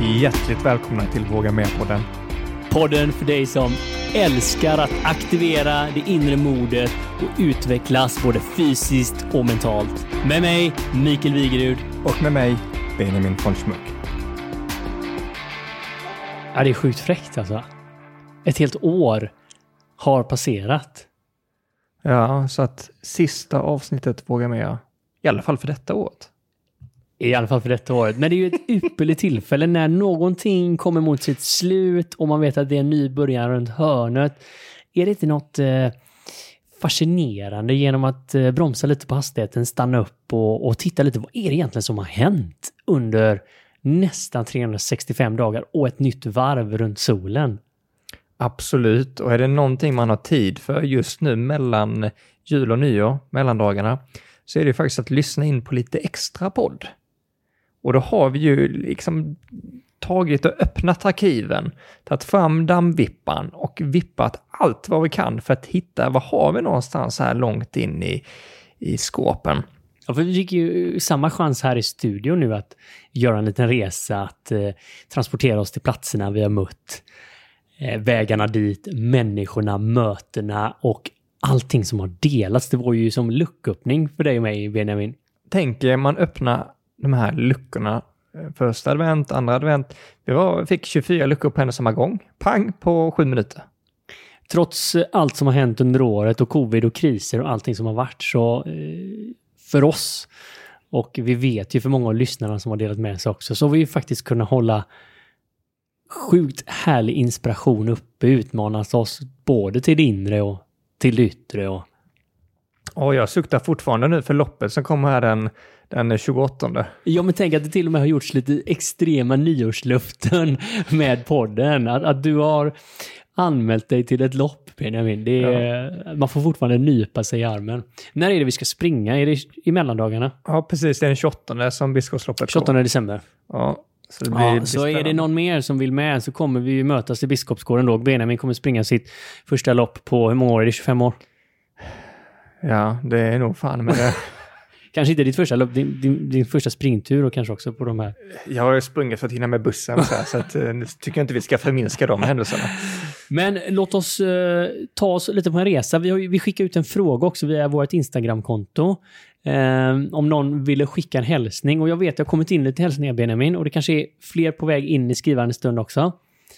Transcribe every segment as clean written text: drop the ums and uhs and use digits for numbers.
hjärtligt välkomna till Våga Med-podden. Podden för dig som älskar att aktivera det inre modet och utvecklas både fysiskt och mentalt. Med mig, Mikael Wigerud. Och med mig, Benjamin von Schmuck. Ja, det är sjukt fräckt alltså. Ett helt år har passerat. Ja, så att sista avsnittet Våga Med, i alla fall för detta året. I alla fall för detta året. Men det är ju ett ypperligt tillfälle när någonting kommer mot sitt slut och man vet att det är en ny början runt hörnet. Är det inte något fascinerande genom att bromsa lite på hastigheten, stanna upp och titta lite, vad är det egentligen som har hänt under nästan 365 dagar och ett nytt varv runt solen? Absolut, och är det någonting man har tid för just nu mellan jul och nyår, mellandagarna, så är det faktiskt att lyssna in på lite extra podd. Och då har vi ju liksom tagit och öppnat arkiven, tagit fram dammvippan och vippat allt vad vi kan för att hitta vad har vi någonstans här långt in i skåpen. Ja, för vi fick ju samma chans här i studion nu att göra en liten resa, att transportera oss till platserna vi har mött. Vägarna dit, människorna, mötena och allting som har delats. Det var ju som lucköppning för dig och mig, Benjamin. Tänker man öppna de här luckorna, första advent, andra advent. Fick 24 luckor på en och samma gång. Pang på 7 minuter. Trots allt som har hänt under året och covid och kriser och allting som har varit, så för oss, och vi vet ju för många av lyssnarna som har delat med sig också, så har vi ju faktiskt kunnat hålla sjukt härlig inspiration uppe, utmanas oss både till det inre och till det yttre. Och jag suktar fortfarande nu för loppet som kommer här den 28. Ja, men tänk att det till och med har gjorts lite extrema nyårsluften med podden. Att du har anmält dig till ett lopp, Benjamin. Man får fortfarande nypa sig i armen. När är det vi ska springa? Är det i mellandagarna? Ja, precis. Det är den 28 som Biskopsloppet 28 december. Ja. Så är det någon mer som vill med, så kommer vi ju mötas i Biskopsgården då. Benjamin kommer springa sitt första lopp på, hur många år är det? 25 år? Ja, det är nog fan med det. Kanske inte ditt första lopp, din första springtur och kanske också på de här. Jag har sprungit för att hinna med bussen så att nu tycker jag inte vi ska förminska de händelserna. Men låt oss ta oss lite på en resa. Vi skickar ut en fråga också via vårt Instagramkonto. Om någon ville skicka en hälsning, och jag vet att jag har kommit in lite hälsningar, Benjamin, och det kanske är fler på väg in i skrivande stund också.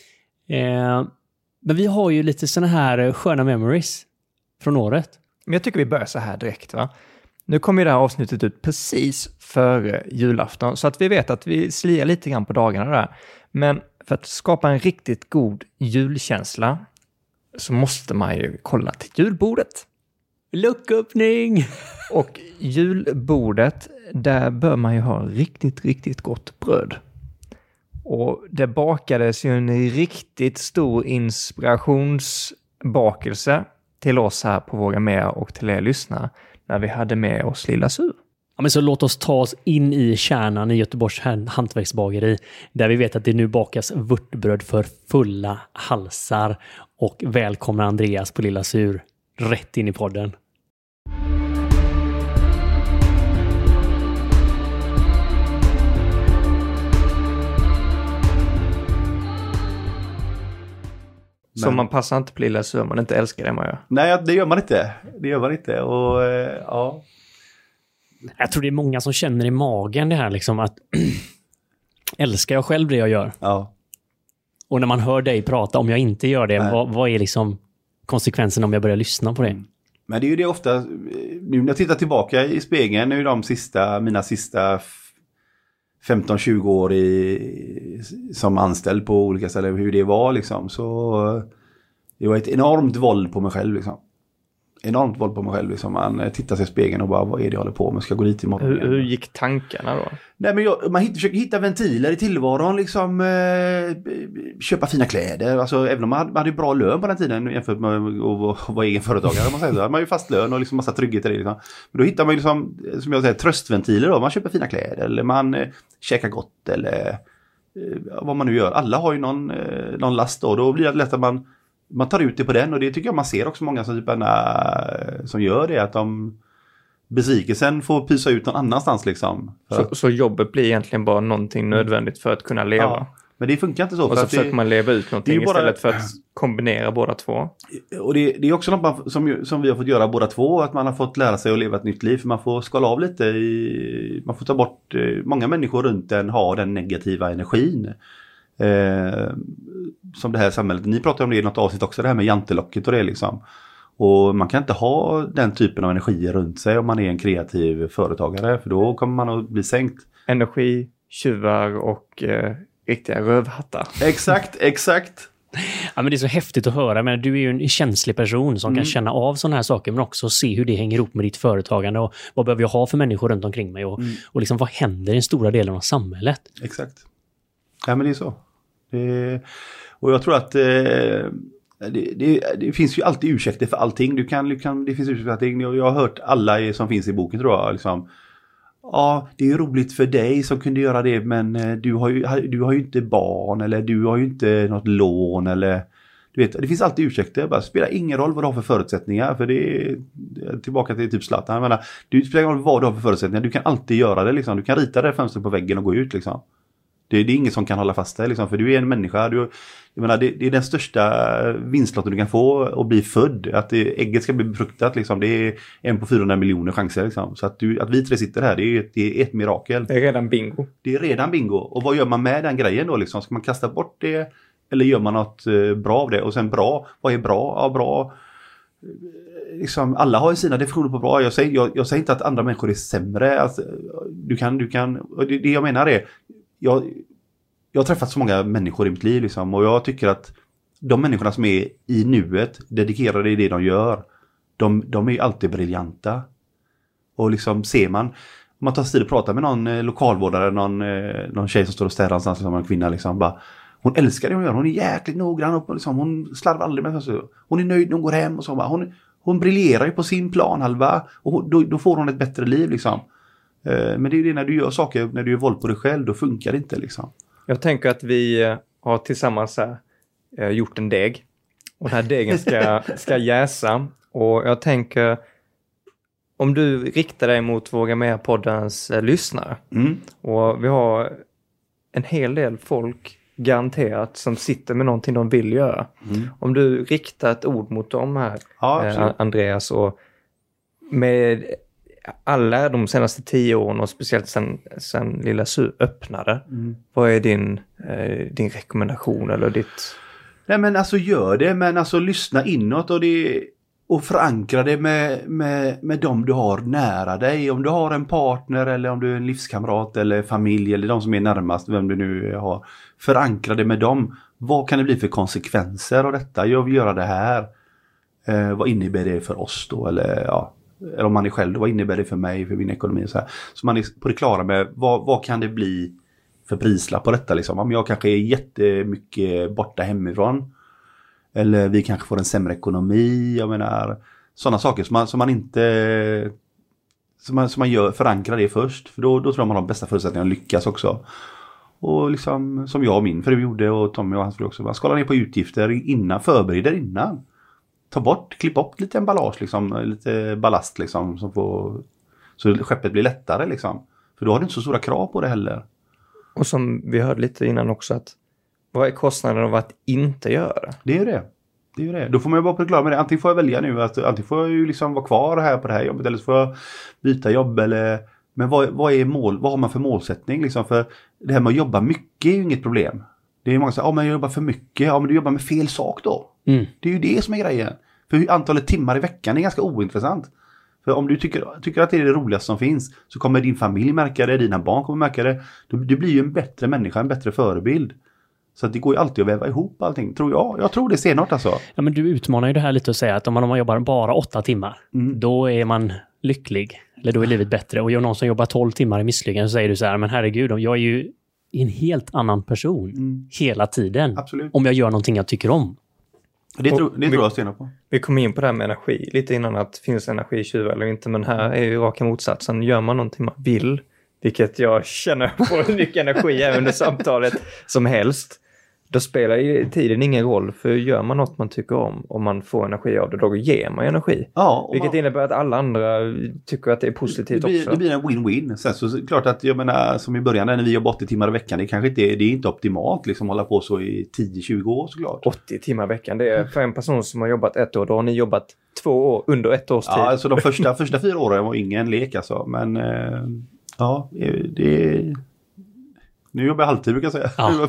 Men vi har ju lite såna här sköna memories från året. Men jag tycker vi börjar så här direkt, va? Nu kommer det här avsnittet ut precis före julafton, så att vi vet att vi slirar lite grann på dagarna där. Men för att skapa en riktigt god julkänsla så måste man ju kolla till julbordet. Lucköppning! Och julbordet, där bör man ju ha riktigt, riktigt gott bröd. Och det bakades ju en riktigt stor inspirationsbakelse till oss här på Våga Med och till er lyssnare när vi hade med oss Lilla Sur. Ja, men så låt oss ta oss in i kärnan i Göteborgs hantverksbageri, där vi vet att det nu bakas vörtbröd för fulla halsar, och välkomna Andreas på Lilla Sur rätt in i podden. Så man passar inte på Lilla Sur, man inte älskar det man gör. Nej, det gör man inte. Och ja. Jag tror det är många som känner i magen det här liksom, att älskar jag själv det jag gör? Ja. Och när man hör dig prata, om jag inte gör det, vad är liksom konsekvensen om jag börjar lyssna på det? Men det är ju det ofta, nu när jag tittar tillbaka i spegeln, nu är mina sista 15-20 år som anställd på olika ställen, hur det var liksom, så det var ett enormt våld på mig själv liksom. Man tittar sig i spegeln och bara, vad är det jag håller på med? Ska jag gå dit imorgon? Hur gick tankarna då? Nej, men man försöker hitta ventiler i tillvaron liksom, köpa fina kläder, alltså även om man hade bra lön på den tiden jämfört med att vara egen företagare, man säger så, man har ju fast lön och liksom massa trygghet i det liksom. Men då hittar man ju liksom, som jag säger, tröstventiler då, man köper fina kläder eller man käkar gott eller vad man nu gör. Alla har ju någon last då blir det lätt att man tar ut det på den, och det tycker jag man ser också många som gör det, att de besvikelsen får pysa ut någon annanstans liksom. Så jobbet blir egentligen bara någonting nödvändigt för att kunna leva? Ja. Men det funkar inte så. Och så försöker man leva ut någonting istället för att kombinera båda två. Och det är också något som vi har fått göra båda två. Att man har fått lära sig att leva ett nytt liv. För man får skala av lite. Man får ta bort. Många människor runt en har den negativa energin. Som det här samhället. Ni pratar om det i något avsnitt också. Det här med jantelocket och det liksom. Och man kan inte ha den typen av energier runt sig om man är en kreativ företagare. För då kommer man att bli sänkt. Energi, tjuvar och riktiga rövhattar. Exakt. Ja, men det är så häftigt att höra. Men du är ju en känslig person som kan känna av sådana här saker, men också se hur det hänger ihop med ditt företagande och vad behöver jag ha för människor runt omkring mig och liksom vad händer i den stora delen av samhället. Exakt. Ja, men det är så. Och jag tror att det finns ju alltid ursäkter för allting. Det finns ursäkter för allting. Jag har hört alla som finns i boken, tror jag, liksom. Ja, det är ju roligt för dig som kunde göra det, men du har ju inte barn, eller du har ju inte något lån, eller du vet, det finns alltid ursäkter. Det spelar ingen roll vad du har för förutsättningar, för det är tillbaka till typ Zlatan. Jag menar, det spelar ingen roll vad du har för förutsättningar. Du kan alltid göra det liksom. Du kan rita det fönstret på väggen och gå ut liksom. Det är ingen som kan hålla fast dig liksom, för du är en människa. Jag menar, det är den största vinstlotten du kan få att bli född. Att ägget ska bli befruktat liksom. Det är 1 på 400 miljoner chanser liksom. Så att vi tre sitter här, det är ett mirakel. Det är redan bingo. Det är redan bingo. Och vad gör man med den grejen då liksom? Ska man kasta bort det? Eller gör man något bra av det? Och sen bra, vad är bra? Ja, bra. Liksom, alla har ju sina definitioner på bra. Jag säger inte att andra människor är sämre. Alltså, du kan. Och det jag menar är, jag har träffat så många människor i mitt liv liksom, och jag tycker att de människorna som är i nuet, dedikerade i det de gör, de är ju alltid briljanta. Och liksom ser man, om man tar tid att prata med någon lokalvårdare, någon tjej som står och städar någonstans, som en kvinna liksom, bara, hon älskar det hon gör, hon är jäkligt noggrann och liksom, hon slarvar aldrig med sig. Hon är nöjd när hon går hem och så, bara, hon briljerar ju på sin planhalva, och då får hon ett bättre liv liksom. Men det är ju det, när du gör saker, när du gör våld på dig själv, då funkar det inte liksom. Jag tänker att vi har tillsammans här, gjort en deg. Och den här degen ska jäsa. Och jag tänker, om du riktar dig mot Våga Mer-poddens lyssnare. Och vi har en hel del folk garanterat som sitter med någonting de vill göra. Om du riktar ett ord mot dem här, Andreas, och med alla de senaste 10 åren och speciellt sen Lilla Su öppnade. Vad är din rekommendation eller ditt? Nej, men alltså gör det, men alltså lyssna inåt och förankra det med dem du har nära dig. Om du har en partner eller om du är en livskamrat eller familj eller de som är närmast, vem du nu har. Förankra det med dem. Vad kan det bli för konsekvenser av detta? Jag vill göra det här. Vad innebär det för oss då? Eller om man är själv, vad innebär det för mig, för min ekonomi och så här. Så man är på det klara med vad kan det bli för prislapp på detta liksom. Om jag kanske är jättemycket borta hemifrån, eller vi kanske får en sämre ekonomi, jag menar sådana saker som man inte som man gör, förankrar det först, för då tror jag man har de bästa förutsättningarna att lyckas också. Och liksom som jag och min fru gjorde, och Tommy och hans fru också, man skalar ner på utgifter innan, förbereder innan. Klipp bort lite emballage liksom, lite ballast liksom, så skeppet blir lättare liksom. För då har du inte så stora krav på det heller. Och som vi hörde lite innan också, att vad är kostnaden av att inte göra? Det är ju det. Då får man ju bara förklara med det. Antingen får jag välja nu att antingen får jag ju liksom vara kvar här på det här jobbet, eller så får jag byta jobb, eller men vad har man för målsättning liksom? För det här med att jobba mycket är ju inget problem. Det är många som säger, men jag jobbar för mycket. Ja, men du jobbar med fel sak då. Det är ju det som är grejen. För antalet timmar i veckan är ganska ointressant. För om du tycker att det är det roligaste som finns, så kommer din familj märka det, dina barn kommer märka det. Du blir ju en bättre människa, en bättre förebild. Så att det går ju alltid att väva ihop allting, tror jag. Jag tror det ser något alltså. Ja, men du utmanar ju det här lite att säga att om man jobbar bara 8 timmar, då är man lycklig. Eller då är livet bättre. Och någon som jobbar 12 timmar i misslyckande, så säger du så här, men herregud, jag är ju en helt annan person hela tiden. Absolut. Om jag gör någonting jag tycker om. Det tror jag stenar på. Vi kom in på det här med energi lite innan, att finns energitjuvar eller inte, men här är ju raka motsatsen. Gör man någonting man vill, vilket jag känner på mycket energi även under samtalet som helst, Då spelar ju tiden ingen roll, för gör man något man tycker om man får energi av det, då ger man energi. Ja, vilket innebär att alla andra tycker att det är positivt också. Det blir en win-win. Sen så är det klart att, jag menar, som i början när vi jobbar 80 timmar i veckan, det kanske inte det är inte optimalt liksom hålla på så i 10-20 år såklart. 80 timmar i veckan, det är för en person som har jobbat 1 år, då har ni jobbat 2 år under 1 års tid. Ja, alltså de första 4 åren var ingen lek alltså, men ja, det nu jobbar jag halvtid brukar jag säga. Ja.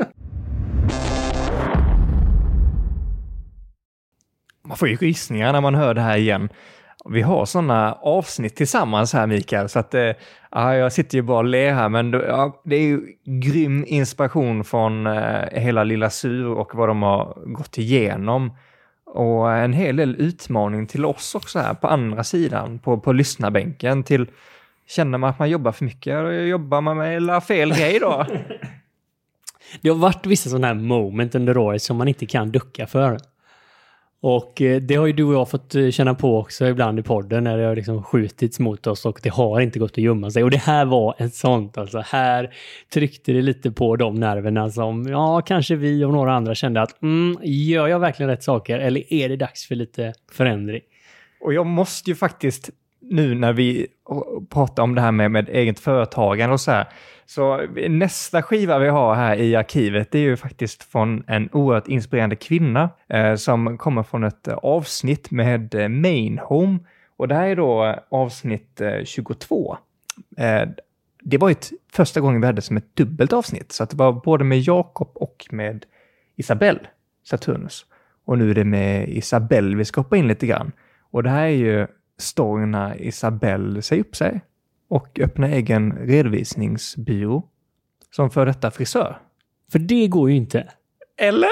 Man får ju gissningar när man hör det här igen. Vi har sådana avsnitt tillsammans här, Mikael, så att jag sitter ju bara och ler här, men det är ju grym inspiration från hela Lilla Sur och vad de har gått igenom. Och en hel del utmaning till oss också här på andra sidan, på lyssnarbänken. Känner man att man jobbar för mycket, eller jobbar man med fel grej då? Det har varit vissa sådana här moment under året som man inte kan ducka för. Och det har ju du och jag fått känna på också ibland i podden när det har liksom skjutits mot oss och det har inte gått att gömma sig. Och det här var ett sånt, alltså här tryckte det lite på de nerverna som kanske vi och några andra kände att gör jag verkligen rätt saker eller är det dags för lite förändring? Och jag måste ju faktiskt nu när vi pratar om det här med eget företagande och så här, så nästa skiva vi har här i arkivet, det är ju faktiskt från en oerhört inspirerande kvinna som kommer från ett avsnitt med Main Home, och det här är då avsnitt 22. Det var ju första gången vi hade som ett dubbelt avsnitt, så att det var både med Jakob och med Isabelle Saturnus, och nu är det med Isabelle vi ska hoppa in lite grann, och det här är ju storyn när Isabelle säger upp sig och öppnar egen redovisningsbyrå som för detta frisör. För det går ju inte. Eller?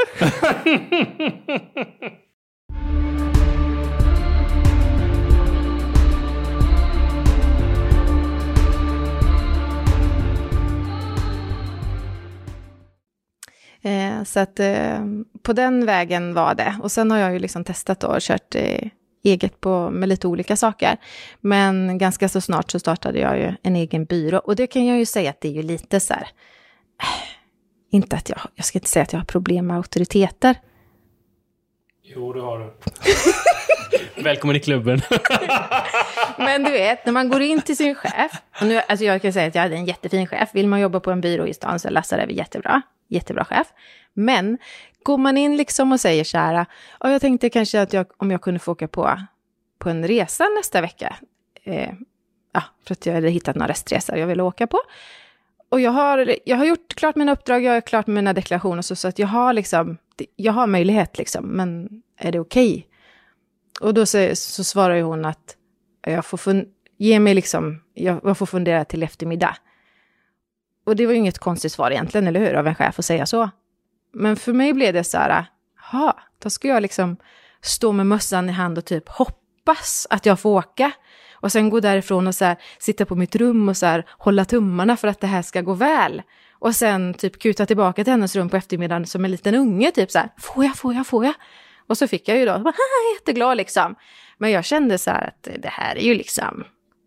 Så att på den vägen var det. Och sen har jag ju liksom testat och kört eget med lite olika saker. Men ganska så snart så startade jag ju en egen byrå. Och det kan jag ju säga att det är ju lite så här. Inte att jag ska inte säga att jag har problem med auktoriteter. Jo, det har du. Välkommen i klubben. Men du vet, när man går in till sin chef. Och nu, alltså jag kan säga att jag hade en jättefin chef. Vill man jobba på en byrå i stan så Lasse är vi jättebra. Jättebra chef. Men går man in liksom och säger så här, jag tänkte kanske att om jag kunde få åka på en resa nästa vecka. För att jag hade hittat några restresor jag ville åka på. Och jag har gjort klart mina uppdrag, jag är klart med mina deklarationer så att jag har möjlighet liksom, men är det okej? Och då så svarar ju hon att jag får fundera till eftermiddag. Och det var ju inget konstigt svar egentligen, eller hur? Av en chef att säga så. Men för mig blev det så här, då ska jag liksom stå med mössan i hand och typ hoppas att jag får åka. Och sen gå därifrån och så här, sitta på mitt rum och så här, hålla tummarna för att det här ska gå väl. Och sen typ kuta tillbaka till hennes rum på eftermiddagen som en liten unge. Typ så här, får jag? Och så fick jag ju då, jätteglad liksom. Men jag kände så här att det här är ju liksom...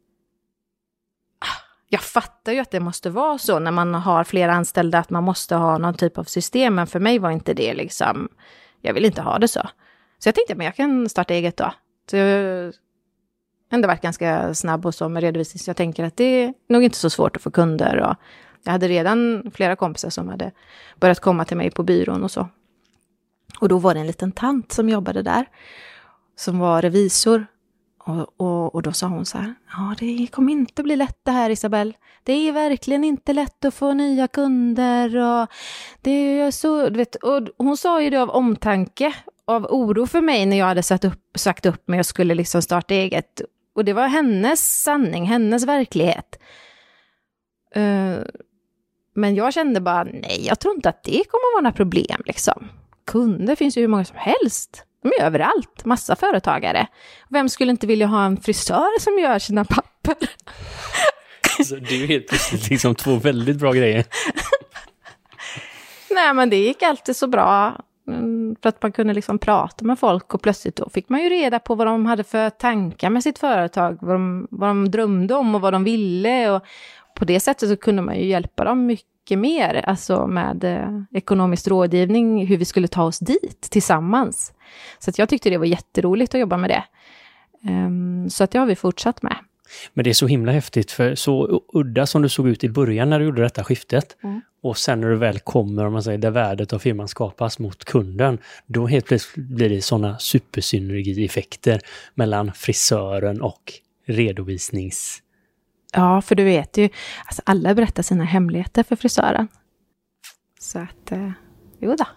Jag fattar ju att det måste vara så när man har flera anställda att man måste ha någon typ av system. Men för mig var inte det liksom... Jag vill inte ha det så. Så jag tänkte, men jag kan starta eget då. Så jag ändå varit ganska snabb och så med redovisning. Så jag tänker att det är nog inte så svårt att få kunder. Och jag hade redan flera kompisar som hade börjat komma till mig på byrån och så. Och då var det en liten tant som jobbade där. Som var revisor. Och då sa hon så här. Det kommer inte bli lätt det här, Isabelle. Det är verkligen inte lätt att få nya kunder. Och det är så, du vet, och hon sa ju det av omtanke. Av oro för mig när jag hade sagt upp mig och skulle liksom starta eget. Och det var hennes sanning, hennes verklighet. Men jag kände bara, nej, jag tror inte att det kommer vara några problem liksom. Kunder finns ju hur många som helst. De är överallt, massa företagare. Vem skulle inte vilja ha en frisör som gör sina papper? Så det är ju helt plötsligt liksom 2 väldigt bra grejer. Nej, men det gick alltid så bra. För att man kunde liksom prata med folk och plötsligt då fick man ju reda på vad de hade för tankar med sitt företag. Vad de drömde om och vad de ville. Och på det sättet så kunde man ju hjälpa dem mycket mer, alltså med ekonomisk rådgivning, hur vi skulle ta oss dit tillsammans. Så att jag tyckte det var jätteroligt att jobba med det. Så att det har vi fortsatt med. Men det är så himla häftigt, för så udda som du såg ut i början när du gjorde detta skiftet, och sen när du väl kommer, om man säger, där värdet av firman skapas mot kunden, då helt plötsligt blir det sådana supersynergieffekter mellan frisören och redovisnings... Ja, för du vet ju, alltså alla berättar sina hemligheter för frisören. Så att, jo då.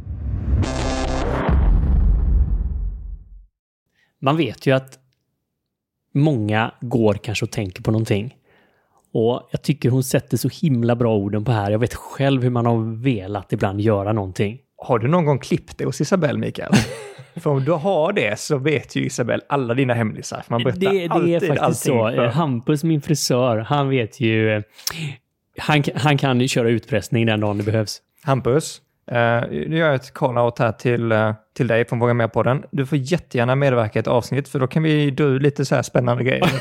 Man vet ju att många går kanske och tänker på någonting. Och jag tycker hon sätter så himla bra orden på här. Jag vet själv hur man har velat ibland göra någonting. Har du någon gång klippt det hos Isabelle, Mikael? För om du har det så vet ju Isabelle alla dina hemlisar. Man berättar det är faktiskt så. Hampus, min frisör, han vet ju... Han kan ju köra utpressning den dagen det behövs. Hampus, nu gör jag ett call-out här till dig från Våga Med på den. Du får jättegärna medverka i ett avsnitt, för då kan vi do lite så här spännande grejer.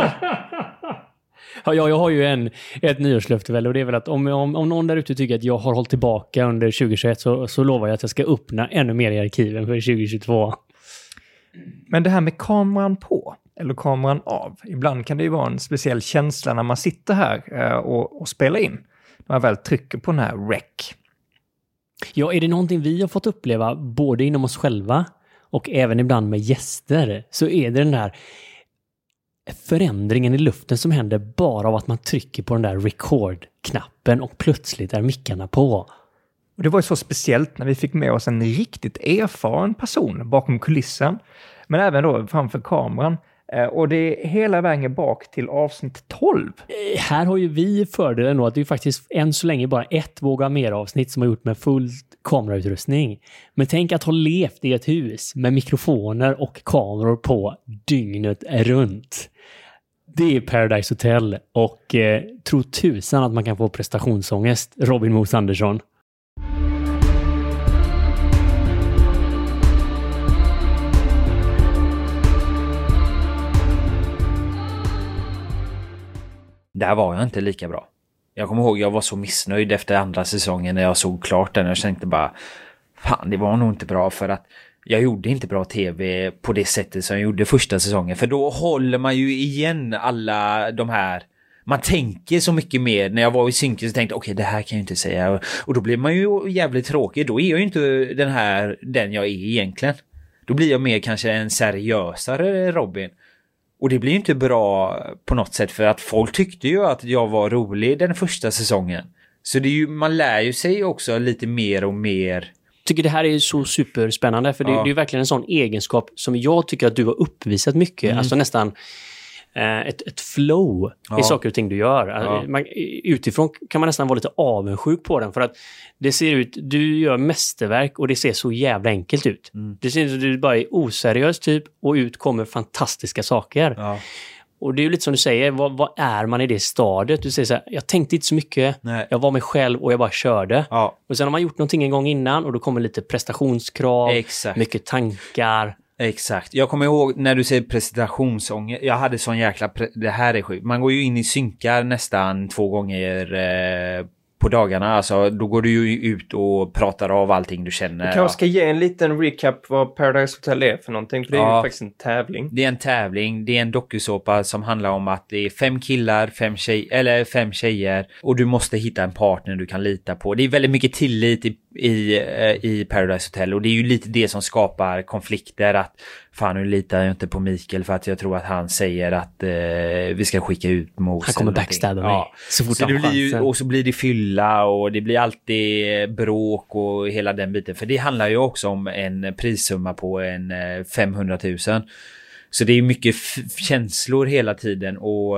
Ja, jag har ju ett nyårslöfte väl, och det är väl att om någon där ute tycker att jag har hållit tillbaka under 2021 så lovar jag att jag ska öppna ännu mer i arkiven för 2022. Men det här med kameran på eller kameran av, ibland kan det ju vara en speciell känsla när man sitter här och spelar in. När man väl trycker på den här rec. Ja, är det någonting vi har fått uppleva både inom oss själva och även ibland med gäster, så är det den där förändringen i luften som händer bara av att man trycker på den där record-knappen och plötsligt är mickarna på. Och det var ju så speciellt när vi fick med oss en riktigt erfaren person bakom kulissen, men även då framför kameran. Och det är hela vägen bak till avsnitt 12. Här har ju vi fördelen då att det är faktiskt än så länge bara ett Våga Mer-avsnitt som har gjort med full kamerautrustning. Men tänk att ha levt i ett hus med mikrofoner och kameror på dygnet runt. Det är Paradise Hotel, och tro tusan att man kan få prestationsångest, Robin Moos Andersson. Där var jag inte lika bra. Jag kommer ihåg, jag var så missnöjd efter andra säsongen när jag såg klart den. Jag tänkte bara, fan, det var nog inte bra, för att jag gjorde inte bra tv på det sättet som jag gjorde första säsongen. För då håller man ju igen alla de här... Man tänker så mycket mer. När jag var i synken så tänkte jag, okej, det här kan jag inte säga. Och då blir man ju jävligt tråkig. Då är jag ju inte den jag är egentligen. Då blir jag mer kanske en seriösare Robin. Och det blir ju inte bra på något sätt, för att folk tyckte ju att jag var rolig den första säsongen. Så det är ju, man lär ju sig också lite mer och mer. Jag tycker det här är så superspännande, för det är ju verkligen en sån egenskap som jag tycker att du har uppvisat mycket. Alltså nästan ett flow i saker och ting du gör. Utifrån kan man nästan vara lite avundsjuk på den, för att det ser ut, du gör mästerverk och det ser så jävla enkelt ut. Det ser ut som du bara är oseriös typ, och ut kommer fantastiska saker. Och det är ju lite som du säger, vad är man i det stadiet? Du säger så här, jag tänkte inte så mycket, jag var mig själv och jag bara körde. Och sen har man gjort någonting en gång innan och då kommer lite prestationskrav, mycket tankar. Exakt. Jag kommer ihåg när du säger prestationsångest. Jag hade sån jäkla... Det här är sjukt. Man går ju in i synkar nästan 2 gånger på dagarna. Alltså, då går du ju ut och pratar av allting du känner. Du kanske ska ge en liten recap vad Paradise Hotel är för någonting. För det är ju faktiskt en tävling. Det är en tävling. Det är en dokusåpa som handlar om att det är 5 killar, 5 tjejer. Och du måste hitta en partner du kan lita på. Det är väldigt mycket tillit i Paradise Hotel. Och det är ju lite det som skapar konflikter. Att fan, nu litar jag inte på Mikael för att jag tror att han säger att vi ska skicka ut Mos. Han kommer backstabba mig så fort han blir ju, och så blir det fylla och det blir alltid bråk och hela den biten. För det handlar ju också om en prissumma på 500 000. Så det är mycket känslor hela tiden och...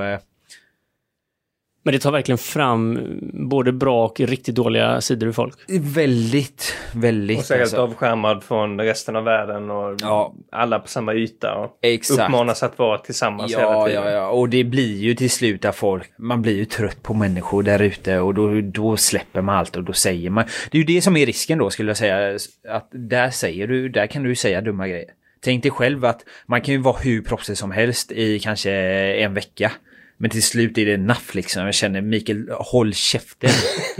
Men det tar verkligen fram både bra och riktigt dåliga sidor ur folk. Väldigt, väldigt. Och så helt avskärmad från resten av världen och alla på samma yta. Och uppmanas att vara tillsammans hela tiden. Ja, och det blir ju till slut att man blir ju trött på människor där ute och då släpper man allt och då säger man. Det är ju det som är risken då, skulle jag säga. Att där kan du säga dumma grejer. Tänk dig själv att man kan ju vara hur proffsig som helst i kanske en vecka. Men till slut är det naff liksom. Jag känner Mikael, håll käften.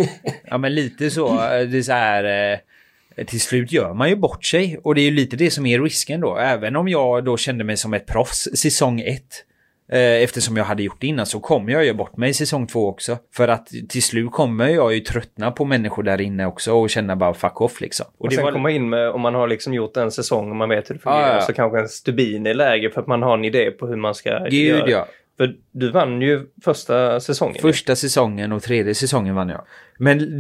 Ja men lite så. Det är så här... Till slut gör man ju bort sig. Och det är ju lite det som är risken då. Även om jag då kände mig som ett proffs säsong 1. Eftersom jag hade gjort det innan så kommer jag ju bort mig i säsong 2 också. För att till slut kommer jag ju tröttna på människor där inne också. Och känna bara fuck off liksom. Och sen komma in med, om man har liksom gjort en säsong och man vet hur det fungerar. Så kanske en stubin är läge för att man har en idé på hur man ska göra. Ja. För du vann ju första säsongen. Första säsongen och 3:e säsongen vann jag. Men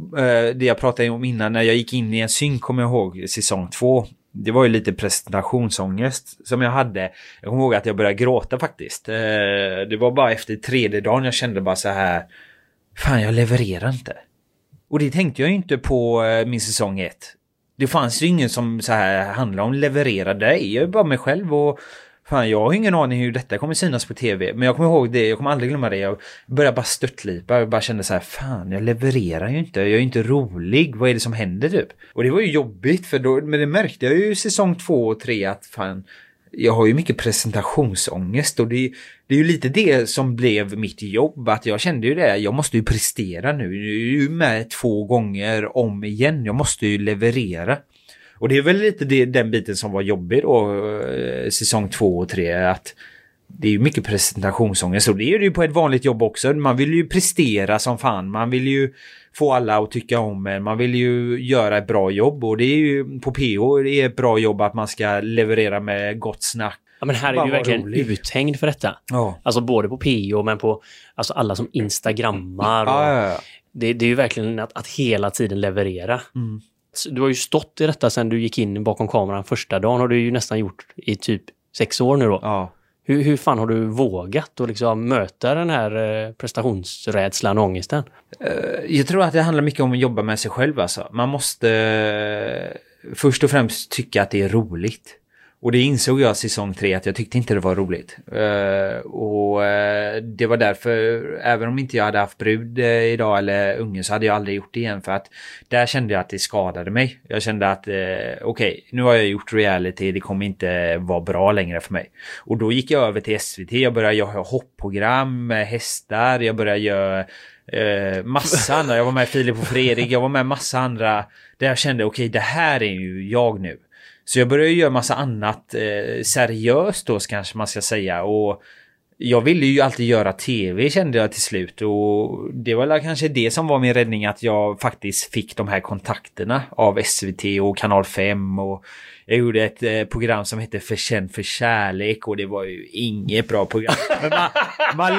det jag pratade om innan när jag gick in i en synk kommer jag ihåg säsong 2. Det var ju lite presentationsångest som jag hade. Jag kommer ihåg att jag började gråta faktiskt. Det var bara efter 3:e dagen jag kände bara så här. Fan, jag levererar inte. Och det tänkte jag ju inte på min säsong 1. Det fanns ju ingen som så här handlade om leverera. Det är ju bara mig själv och fan, jag har ingen aning hur detta kommer synas på tv. Men jag kommer ihåg det, jag kommer aldrig glömma det. Jag började bara störtlipa. Jag bara kände så här, fan, jag levererar ju inte. Jag är ju inte rolig. Vad är det som händer typ? Och det var ju jobbigt för då, men det märkte jag ju säsong 2 och 3 att fan, jag har ju mycket presentationsångest. Och det är ju lite det som blev mitt jobb. Att jag kände ju det, jag måste ju prestera nu. Jag är ju med 2 gånger om igen. Jag måste ju leverera. Och det är väl lite den biten som var jobbig då, säsong 2 och 3, att det är ju mycket presentationsångest. Och det är det ju på ett vanligt jobb också. Man vill ju prestera som fan. Man vill ju få alla att tycka om en. Man vill ju göra ett bra jobb. Och det är ju på PH, det är ett bra jobb att man ska leverera med gott snack. Ja, men här är du verkligen uthängd för detta. Ja. Alltså både på PH men på alltså alla som instagrammar. Ja. Det är ju verkligen att hela tiden leverera. Mm. Du har ju stått i detta sedan du gick in bakom kameran första dagen. Har du ju nästan gjort i typ 6 år nu då. Ja. Hur fan har du vågat att liksom möta den här prestationsrädslan och ångesten? Jag tror att det handlar mycket om att jobba med sig själv alltså. Man måste först och främst tycka att det är roligt. Och det insåg jag säsong 3 att jag tyckte inte det var roligt. Och det var därför, även om inte jag hade haft brud idag eller unge så hade jag aldrig gjort det igen. För att där kände jag att det skadade mig. Jag kände att okej, nu har jag gjort reality, det kommer inte vara bra längre för mig. Och då gick jag över till SVT, jag började göra hoppprogram med hästar, jag började göra massa andra. Jag var med Filip och Fredrik, jag var med massa andra där jag kände okej, det här är ju jag nu. Så jag började göra massa annat seriöst då kanske man ska säga. Och jag ville ju alltid göra tv kände jag till slut. Och det var kanske det som var min räddning att jag faktiskt fick de här kontakterna av SVT och Kanal 5. Och jag gjorde ett program som hette Förtjänt för kärlek och det var ju inget bra program. Men man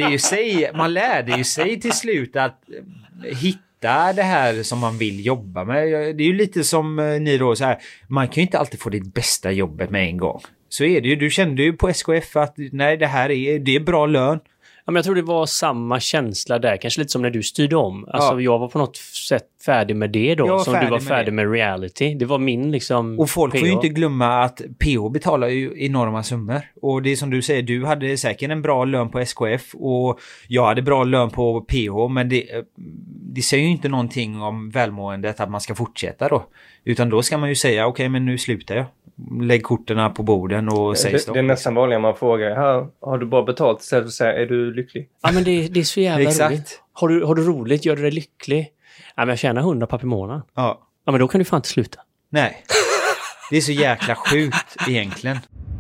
lärde ju sig till slut att hitta det här som man vill jobba med. Det är ju lite som ni då så här, man kan ju inte alltid få det bästa jobbet med en gång. Så är det ju, du kände ju på SKF att nej, det är bra lön. Ja, men jag tror det var samma känsla där, kanske lite som när du styrde om. Alltså jag var på något sätt färdig med det då, som du var färdig med reality. Det var min liksom. Och folk får ju inte glömma att PH betalar ju enorma summor. Och det är som du säger, du hade säkert en bra lön på SKF och jag hade bra lön på PH, men det säger ju inte någonting om välmåendet att man ska fortsätta då. Utan då ska man ju säga, okej, men nu slutar jag. Lägg korterna på borden och säg stopp. Det är nästan vanliga man frågar, har du bara betalt istället för att säga, är du lycklig? Ja, men det är så jävla roligt. Har du roligt? Gör du dig lycklig? Ja, men jag tjänar 100 papp i månaden. Ja. Ja, men då kan du fan inte sluta. Nej. Det är så jäkla sjukt egentligen.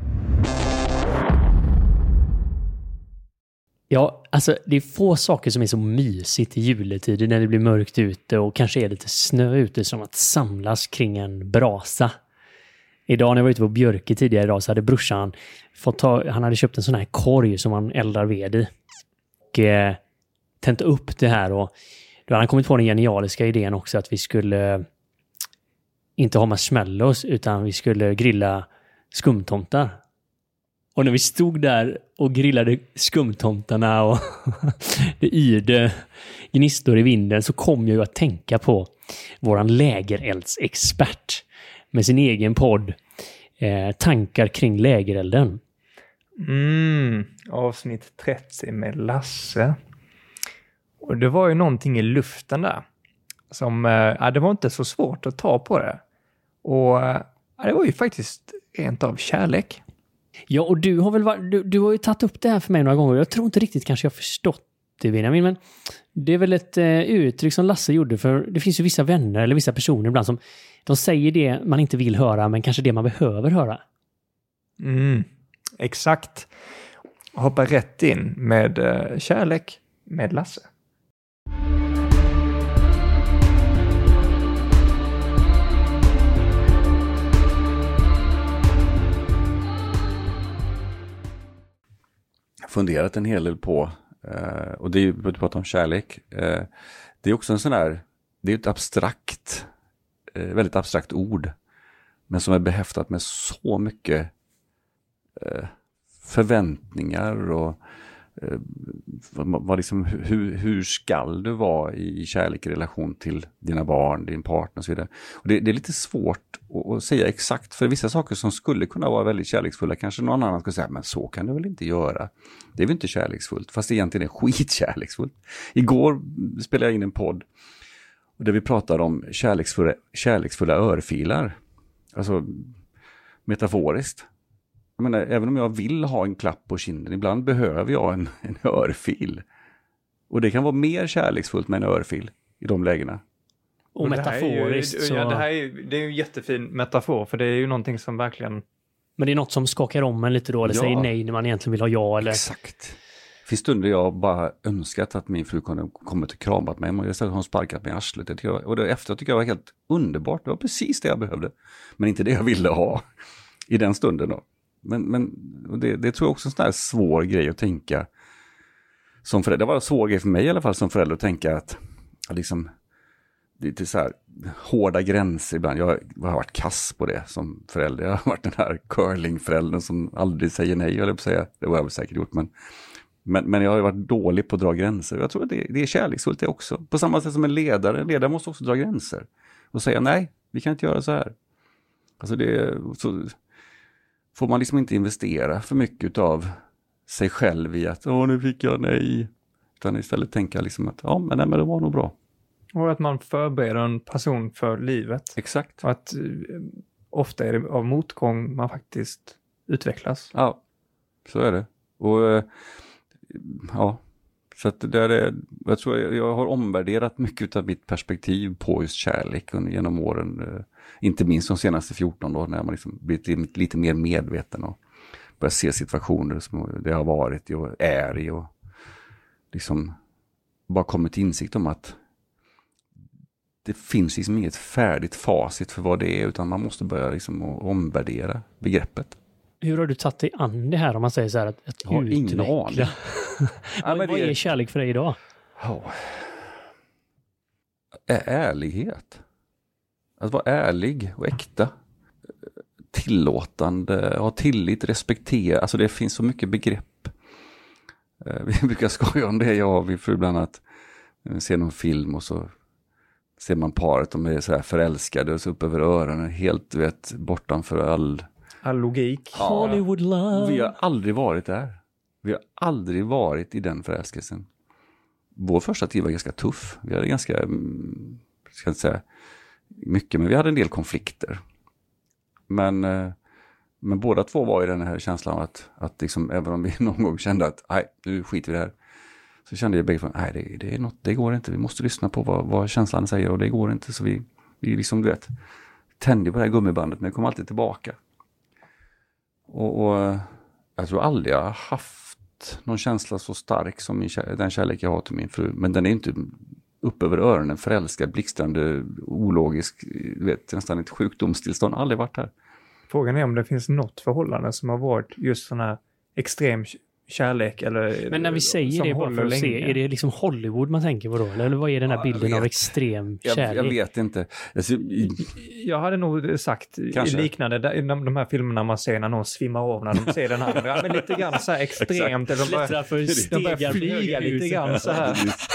Ja, alltså det är få saker som är så mysigt i juletid när det blir mörkt ute och kanske är lite snö ute som att samlas kring en brasa. Idag när jag var ute på Björke tidigare idag så hade brorsan han hade köpt en sån här korg som man eldar ved i. Och tänt upp det här och då hade han kommit på den genialiska idén också att vi skulle inte ha marshmallows utan vi skulle grilla skumtomtar. Och när vi stod där och grillade skumtomtarna och det yrde gnistor i vinden så kom jag ju att tänka på våran lägereldsexpert med sin egen podd Tankar kring lägerelden. Avsnitt 30 med Lasse. Och det var ju någonting i luften där som, det var inte så svårt att ta på det. Och det var ju faktiskt rent av kärlek. Ja, och du har väl du har ju tagit upp det här för mig några gånger. Jag tror inte riktigt kanske jag förstått det, Benjamin, men det är väl ett uttryck som Lasse gjorde, för det finns ju vissa vänner eller vissa personer ibland som de säger det man inte vill höra, men kanske det man behöver höra. Exakt. Hoppa rätt in med kärlek med Lasse. Funderat en hel del på, och det är ju, du pratar om kärlek, det är också en sån här, det är ett abstrakt, väldigt abstrakt ord, men som är behäftat med så mycket förväntningar och vad liksom, hur skall du vara i kärlek i relation till dina barn, din partner och så vidare. Och det är lite svårt att säga exakt, för vissa saker som skulle kunna vara väldigt kärleksfulla, kanske någon annan skulle säga, men så kan du väl inte göra. Det är väl inte kärleksfullt, fast det egentligen är skitkärleksfullt. Igår spelade jag in en podd där vi pratade om kärleksfulla örfilar. Alltså metaforiskt. Jag menar, även om jag vill ha en klapp på kinden, ibland behöver jag en örfil. Och det kan vara mer kärleksfullt med en örfil i de lägena. Och metaforiskt så... Ja, det är ju en jättefin metafor, för det är ju någonting som verkligen... Men det är något som skakar om en lite då, eller säger nej när man egentligen vill ha ja, eller... Exakt. Det finns stunder jag bara önskat att min fru kunde komma och kramat mig, men istället har hon sparkat mig i arslet. Och det efteråt tycker jag var helt underbart. Det var precis det jag behövde. Men inte det jag ville ha i den stunden då. Men det tror jag också är en sån här svår grej att tänka som förälder. Det var en svår grej för mig i alla fall som förälder att tänka att liksom, det är så här hårda gränser ibland. Jag har varit kass på det som förälder. Jag har varit den här curlingföräldern som aldrig säger nej, eller på säga. Det var jag väl säkert gjort, men jag har ju varit dålig på att dra gränser. Jag tror att det är kärleksfullt det också. På samma sätt som en ledare måste också dra gränser och säga nej, vi kan inte göra så här. Alltså så får man liksom inte investera för mycket av sig själv i att nu fick jag nej. Utan istället tänka liksom att men det var nog bra. Och att man förbereder en person för livet. Exakt. Och att ofta är det av motgång man faktiskt utvecklas. Ja, så är det. Och så att jag tror jag har omvärderat mycket av mitt perspektiv på just kärlek genom åren. Inte minst de senaste 14 år när man liksom blivit lite mer medveten och börjar se situationer som det har varit i och är i och liksom bara kommit till insikt om att det finns liksom inget färdigt facit för vad det är, utan man måste börja liksom omvärdera begreppet. Hur har du tagit dig an det här om man säger så här att jag har ingen aning. Vad är kärlek för dig idag? Ärlighet. Att vara ärlig och äkta. Tillåtande, ha tillit, respektera. Alltså det finns så mycket begrepp. Vi brukar skoja om det, jag och min fru bland annat. Ser någon film och så ser man paret, de är så här förälskade och så upp över öronen, helt bortanför all logik. Ja, Hollywood love. Vi har aldrig varit där. Vi har aldrig varit i den förälskelsen. Vår första tid var ganska tuff. Vi hade ganska, ska inte säga mycket, men vi hade en del konflikter. Men båda två var i den här känslan att liksom, även om vi någon gång kände att nej, nu skiter vi det här. Så kände jag bägge från, nej det är något, det går inte. Vi måste lyssna på vad känslan säger och det går inte. Så vi liksom, du vet, tände på det här gummibandet, men det kom alltid tillbaka. Och jag tror aldrig jag har haft någon känsla så stark som den kärlek jag har till min fru. Men den är inte upp över öronen, förälskad, blixtrande, ologisk, du vet, nästan ett sjukdomstillstånd. Aldrig varit här. Frågan är om det finns något förhållande som har varit just sån här extrem kärlek eller... Men när vi säger det bara för att se, är det liksom Hollywood man tänker på då? Eller vad är den här bilden av extrem kärlek? Jag vet inte. Jag hade nog sagt liknande de här filmerna man ser när någon svimmar av när de ser den här. Men lite grann så här extremt. Eller de börjar flyga lite grann så här.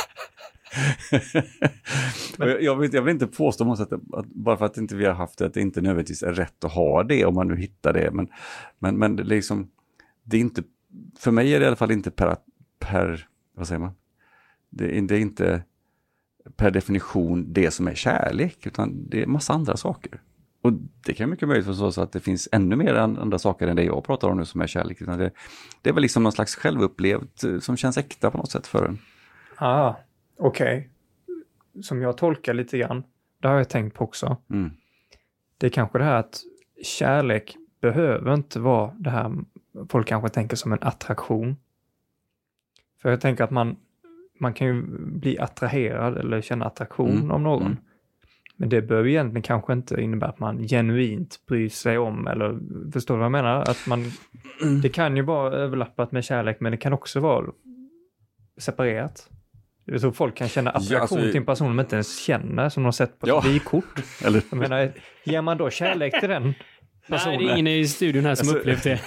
Jag vill inte påstå att bara för att inte vi har haft det, att det inte nödvändigtvis är rätt att ha det om man nu hittar det. Men liksom, det är inte, för mig är det i alla fall inte per vad säger man? Det är inte per definition det som är kärlek, utan det är massa andra saker. Och det kan mycket möjligt vara så att det finns ännu mer andra saker än det jag pratar om nu som är kärlek. Det är väl liksom någon slags självupplevt som känns äkta på något sätt för en. Okej. Som jag tolkar lite grann, det har jag tänkt på också. Mm. Det är kanske det här att kärlek behöver inte vara det här folk kanske tänker som en attraktion. För jag tänker att man kan ju bli attraherad eller känna attraktion av någon. Mm. Men det behöver egentligen kanske inte innebära att man genuint bryr sig om, eller förstår du vad jag menar? Att det kan ju vara överlappat med kärlek, men det kan också vara separerat. Det är så folk kan känna attraktion till en person de inte ens känner, som de har sett på ett vykort. Eller... Jag menar, ger man då kärlek till den personen? Nej, det är ingen i studion här som upplevt det.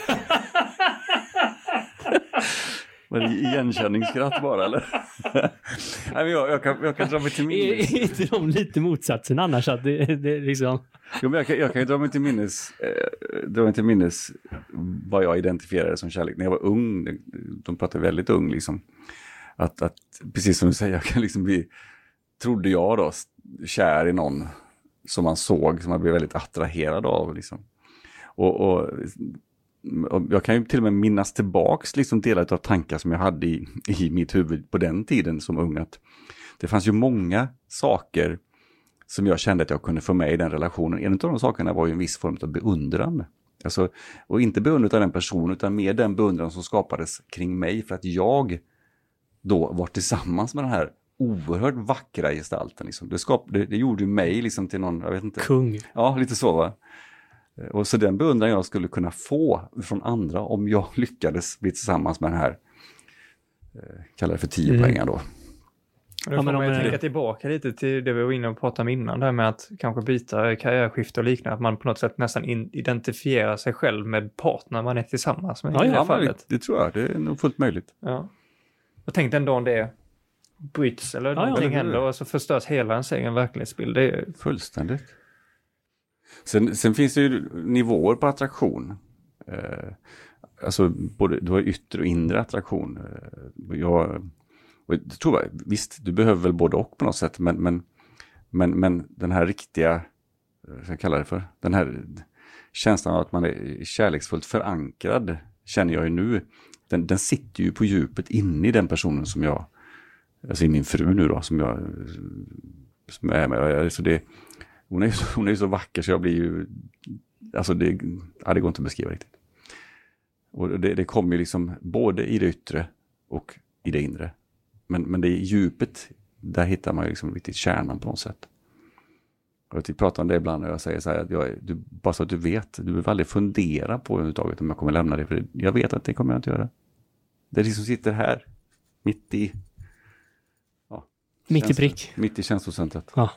Var det igenkänningsskratt bara, eller? Nej, men jag kan dra mig till minnes. Är inte de lite motsatsen annars? Att det liksom... Jo, men jag kan ju dra mig till minnes vad jag identifierade som kärlek. När jag var ung, de pratade väldigt ung liksom. Att precis som du säger, jag kan liksom bli, trodde jag då, kär i någon som man såg, som man blev väldigt attraherad av liksom. Och jag kan ju till och med minnas tillbaks liksom delar av tankar som jag hade i mitt huvud på den tiden som ung. Att det fanns ju många saker som jag kände att jag kunde få med i den relationen. En av de sakerna var ju en viss form av beundran. Alltså, och inte beundran av den personen, utan mer den beundran som skapades kring mig för att jag då var tillsammans med den här oerhört vackra gestalten. Liksom. Det gjorde ju mig liksom till någon, jag vet inte. Kung. Ja, lite så va. Och så den beundran jag skulle kunna få från andra om jag lyckades bli tillsammans med den här, kallar det för 10 poängar då. Och då får man tänka tillbaka lite till det vi var inne och pratade om innan, där med att kanske byta karriärskifte och liknande, att man på något sätt nästan identifierar sig själv med partner man är tillsammans med i det här fallet. Det tror jag, det är nog fullt möjligt. Ja. Och tänk den dagen det bryts eller någonting händer och så förstörs hela ens egen verklighetsbild. Det är fullständigt. Sen finns det ju nivåer på attraktion. Alltså både du har yttre och inre attraktion. Jag tror visst, du behöver väl både och på något sätt, men den här riktiga, jag kallar det för, den här känslan av att man är kärleksfullt förankrad, känner jag ju nu. Den sitter ju på djupet inne i den personen som jag, alltså i min fru nu då, som är med. Alltså hon är ju så vacker så jag blir ju, alltså det går inte att beskriva riktigt. Och det kommer ju liksom både i det yttre och i det inre. Men det är djupet, där hittar man ju liksom riktigt kärnan på något sätt. Och jag pratar om det ibland när jag säger så här, att bara så att du vet, du behöver aldrig fundera på överhuvudtaget om jag kommer lämna det, för jag vet att det kommer jag inte göra. Det är liksom sitter här, mitt i prick. Mitt i känslocentret. Ja.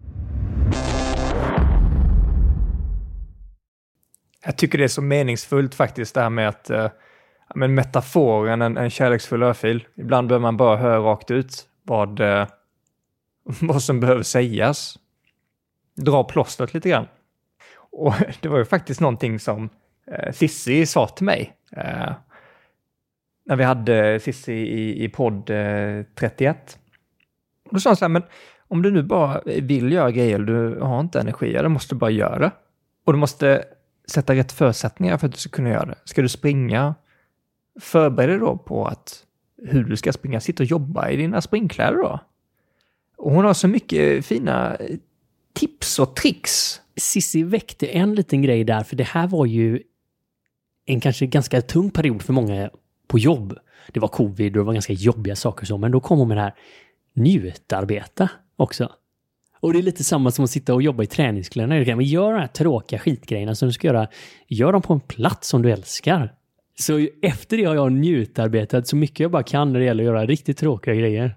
Jag tycker det är så meningsfullt faktiskt det här med att men metaforen, en kärleksfull örfil. Ibland behöver man bara höra rakt ut vad som behöver sägas. Dra plåstret lite grann. Och det var ju faktiskt någonting som Sissi sa till mig. När vi hade Sissi i podd 31. Då sa han så här, men om du nu bara vill göra grejer och du har inte energi, då måste du bara göra det. Och du måste sätta rätt förutsättningar för att du ska kunna göra det. Ska du springa, förbered dig då på hur du ska springa. Sitta och jobba i dina springkläder då. Och hon har så mycket fina tips och tricks. Sissi väckte en liten grej där, för det här var ju en kanske ganska tung period för många på jobb. Det var covid och det var ganska jobbiga saker så, men då kom hon med det här njutarbeta också. Och det är lite samma som att sitta och jobba i träningskläder. Men gör de här tråkiga skitgrejerna som du ska göra, gör dem på en plats som du älskar. Så efter det har jag njutarbetat så mycket jag bara kan när det gäller att göra riktigt tråkiga grejer.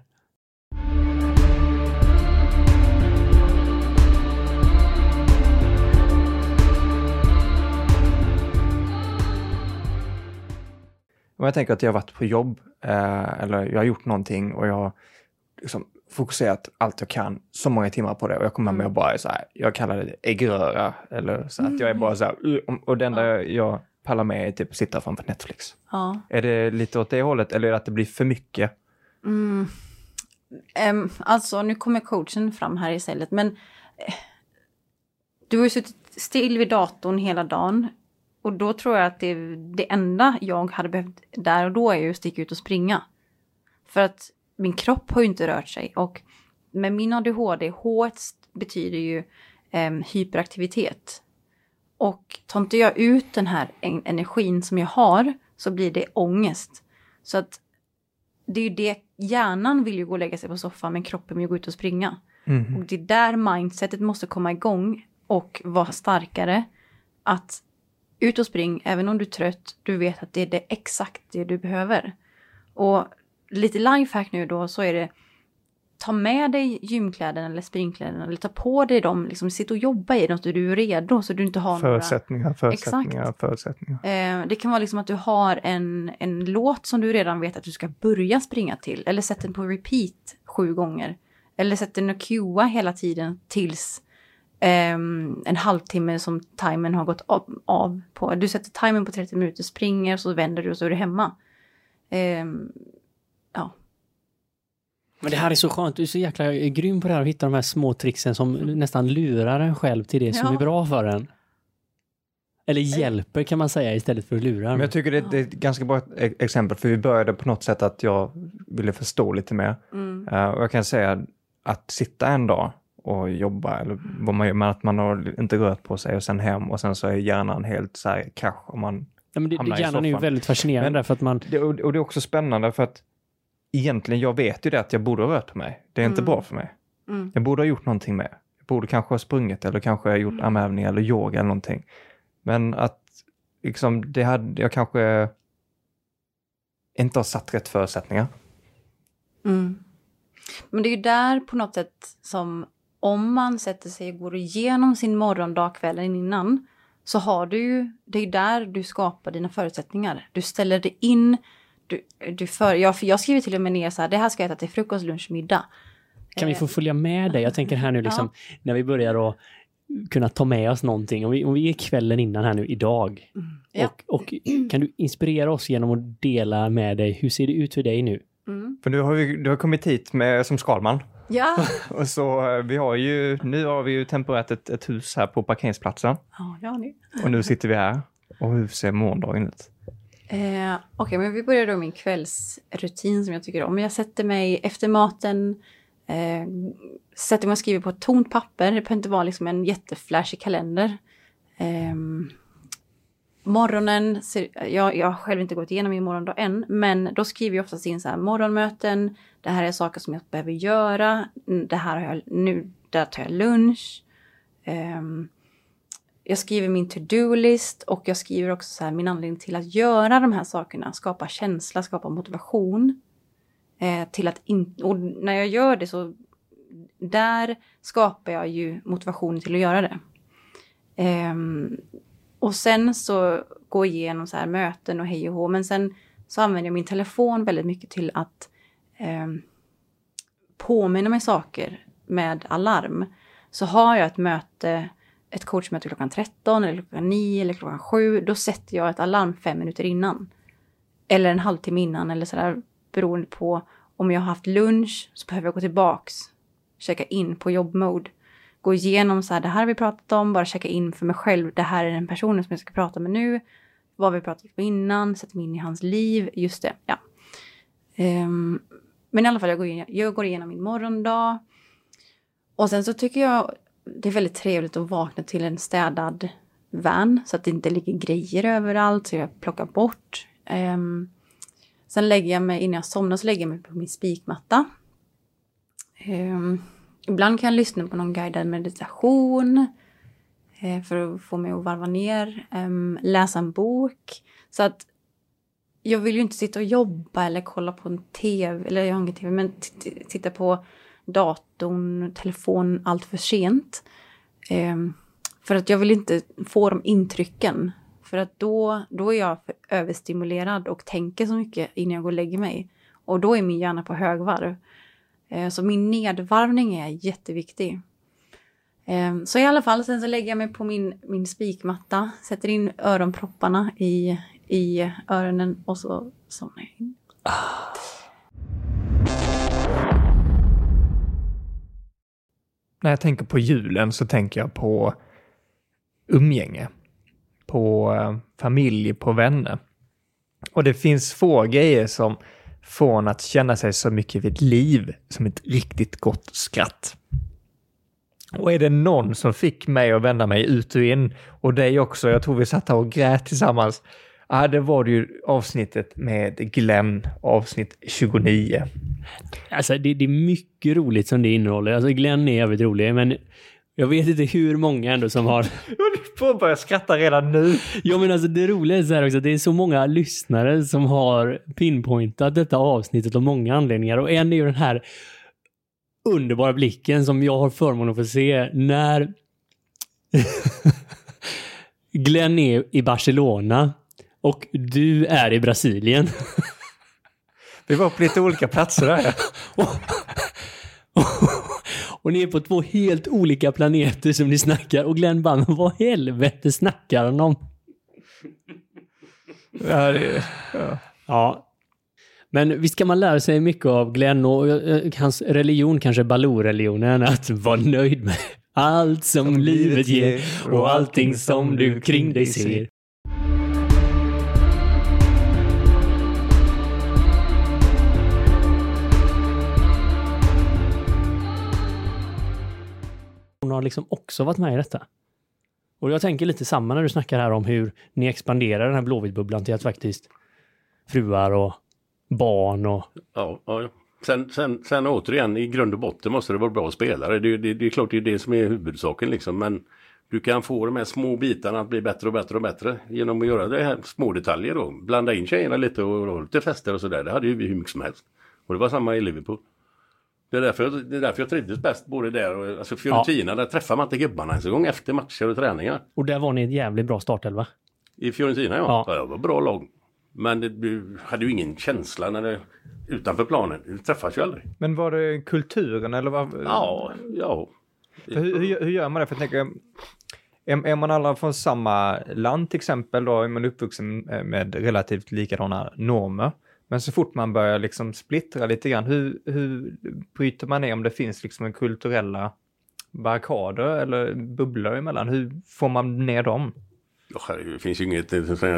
Om jag tänker att jag har varit på jobb eller jag har gjort någonting och jag har liksom fokuserat allt jag kan så många timmar på det och jag kommer med och bara är så här, jag kallar det äggröra eller så att jag är bara så här, och det enda jag pallar med är typ sitta framför Netflix. Ja. Är det lite åt det hållet eller är det att det blir för mycket? Alltså nu kommer coachen fram här istället, men Du har ju suttit still vid datorn hela dagen. Och då tror jag att det enda jag hade behövt där och då är ju att sticka ut och springa. För att min kropp har ju inte rört sig. Och med min ADHD, H betyder ju hyperaktivitet. Och tar inte jag ut den här energin som jag har så blir det ångest. Så att det är ju det, hjärnan vill ju gå och lägga sig på soffan men kroppen vill ju gå ut och springa. Och det är där mindsetet måste komma igång och vara starkare. Att ut och spring, även om du är trött, du vet att det är det exakt det du behöver. Och lite lifehack nu då så är det, ta med dig gymkläderna eller springkläderna eller ta på dig dem, liksom sitta och jobba i dem så du är redo så du inte har förutsättningar. Det kan vara liksom att du har en låt som du redan vet att du ska börja springa till eller sätt den på repeat 7 gånger eller sätt den och cuea hela tiden tills en halvtimme som timern har gått av på. Du sätter timern på 30 minuter, springer så vänder du och så är du hemma. Ja. Men det här är så skönt. Du är så jäkla grym på det här att hitta de här små tricksen som nästan lurar en själv till det som är bra för en. Eller hjälper kan man säga istället för att lura. Men jag tycker det är ett ganska bra exempel för vi började på något sätt att jag ville förstå lite mer. Och jag kan säga att sitta en dag och jobba eller vad man gör, men att man har inte rört på sig och sen hem och sen så är hjärnan helt så här krasch och man men hamnar i hjärnan är ju väldigt fascinerande för att man... Och det är också spännande för att egentligen jag vet ju det att jag borde ha rört på mig. Det är inte bra för mig. Jag borde ha gjort någonting med. Jag borde kanske ha sprungit eller kanske ha gjort armhävning eller yoga eller någonting. Men att liksom det hade jag kanske inte har satt rätt förutsättningar. Men det är ju där på något sätt som om man sätter sig och går igenom sin morgondag kvällen innan så har du ju, det är där du skapar dina förutsättningar. Du ställer det in, jag skriver till och med ner så här, det här ska jag äta till frukost, lunch, middag. Kan vi få följa med dig? Jag tänker här nu liksom, när vi börjar att kunna ta med oss någonting. Om vi är kvällen innan här nu idag. Och kan du inspirera oss genom att dela med dig, hur ser det ut för dig nu? För du har kommit hit som Skalman. Ja. Och så nu har vi ju temporärt ett hus här på parkeringsplatsen. Ja, nu. Och nu sitter vi här. Och hur ser morgondagen ut? Okej, men vi börjar då med min kvällsrutin som jag tycker om. Jag sätter mig efter maten, sätter mig och skriver på ett tomt papper. Det behöver inte vara liksom en jätteflashig kalender. Morgonen, jag har själv inte gått igenom min morgondag än, men då skriver jag oftast in så här morgonmöten. Det här är saker som jag behöver göra. Det här har jag nu, där tar jag lunch. Jag skriver min to-do-list och jag skriver också så här min anledning till att göra de här sakerna. Skapa känsla, skapa motivation. Till att och när jag gör det så där skapar jag ju motivation till att göra det. Och sen så går jag igenom så här möten och hej och hå. Men sen så använder jag min telefon väldigt mycket till att påminna mig saker med alarm. Så har jag ett coachmöte klockan 13 eller klockan 9 eller klockan 7. Då sätter jag ett alarm 5 minuter innan. Eller en halvtimme innan eller sådär. Beroende på om jag har haft lunch så behöver jag gå tillbaks. Checka in på jobbmode. Gå igenom så här, det här har vi pratat om. Bara checka in för mig själv. Det här är den personen som jag ska prata med nu. Vad vi pratat om innan. Sätta mig in i hans liv. Just det, ja. Men i alla fall, jag går igenom min morgondag. Och sen så tycker jag det är väldigt trevligt att vakna till en städad van. Så att det inte ligger grejer överallt. Så jag plockar bort. Sen lägger jag mig, innan jag somnar så lägger jag mig på min spikmatta. Ibland kan jag lyssna på någon guidad meditation. För att få mig att varva ner. Läsa en bok. Så att jag vill ju inte sitta och jobba eller kolla på en tv. Eller jag har ingen tv, men titta på datorn, telefon allt för sent. För att jag vill inte få de intrycken. För att då är jag för överstimulerad och tänker så mycket innan jag går och lägger mig. Och då är min hjärna på högvarv. Så min nedvarvning är jätteviktig. Så i alla fall, sen så lägger jag mig på min spikmatta. Sätter in öronpropparna i öronen och så somnar jag in. När jag tänker på julen så tänker jag på umgänge, på familj, på vänner. Och det finns få grejer som får en att känna sig så mycket vid liv som ett riktigt gott skratt. Och är det någon som fick mig att vända mig ut och in, och dig också, jag tror vi satt här och grät tillsammans, det var det ju avsnittet med Glenn, avsnitt 29. Alltså det är mycket roligt som det innehåller. Alltså Glenn är jävligt rolig, men jag vet inte hur många ändå som har... Du får börja skratta redan nu. Ja, men alltså det roliga är så här också, det är så många lyssnare som har pinpointat detta avsnittet av många anledningar. Och en är ju den här underbara blicken som jag har förmånen att få se när Glenn är i Barcelona och du är i Brasilien. Vi var på lite olika platser där. Och ni är på 2 helt olika planeter som ni snackar. Och Glenn bara, vad helvete snackar han om? Ja. Men visst kan man lära sig mycket av Glenn, och hans religion, kanske Baloo-religionen, att vara nöjd med allt som livet ger och allting som du kring dig ser. Hon har liksom också varit med i detta. Och jag tänker lite samma när du snackar här om hur ni expanderar den här Blåvitt-bubblan till att faktiskt fruar och barn och... Ja. Sen återigen, i grund och botten måste det vara bra spelare. Det är klart det är det som är huvudsaken liksom. Men du kan få de här små bitarna att bli bättre och bättre och bättre genom att göra det här små detaljer då. Blanda in tjejerna lite och lite fester och sådär. Det hade ju vi hur mycket som helst. Och det var samma i Liverpool. Det är därför jag trivdes bäst både där och alltså Fiorentina, där träffar man inte gubbarna ens en gång efter matcher och träningar. Och där var ni ett jävligt bra startelva. I Fiorentina, ja. Det var bra lag. Men du hade ju ingen känsla när det utanför planen. Du träffas ju aldrig. Men var det kulturen eller vad? Ja. Hur gör man det? För jag tänker, är man alla från samma land till exempel, då är man uppvuxen med relativt likadana normer. Men så fort man börjar liksom splittra lite grann, hur bryter man ner om det finns liksom en kulturella barrikader eller bubblor emellan? Hur får man ner dem? Det finns ju inget...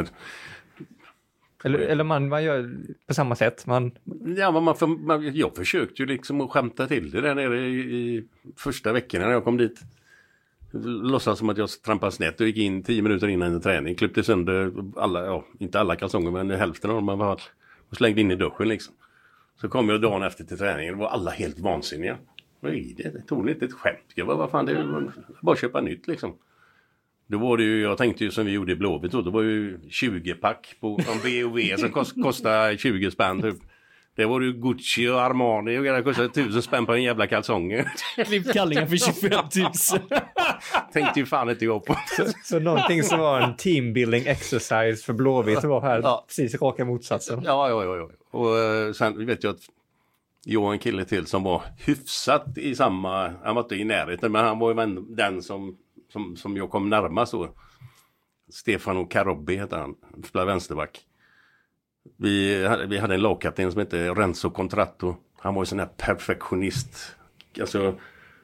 Eller man gör på samma sätt. Jag försökte ju liksom att skämta till det där nere i första veckorna när jag kom dit. Låtsas som att jag trampade snett och gick in 10 minuter innan en träning. Klippte sönder alla, inte alla kalsonger men hälften av dem man var och slängde in i duschen liksom. Så kom jag dagen efter till träningen och var alla helt vansinniga. Vad är det? Det tog inte ett skämt. Vad fan, det var bara köpa nytt liksom. Då var det ju, jag tänkte ju som vi gjorde i Blåvitt då, det var ju 20-pack från B&V som kostade 20 spänn typ. Det var ju Gucci och Armani och det kostade 1000 spänn på en jävla kalsonger. Klipp kallingar för 25 000. Tänkte ju fan inte jag på. Så någonting som var en teambuilding exercise för Blåvitt var här precis raka motsatsen. Ja. Och sen vet jag att jag och en kille till som var hyfsat i samma, han var inte i närheten men han var ju den som jag kom närmast då. Stefano Carobbi heter han, spelar vänsterback. Vi hade en lagkapten som hette Renzo Contratto. Han var ju sån här perfektionist. Alltså,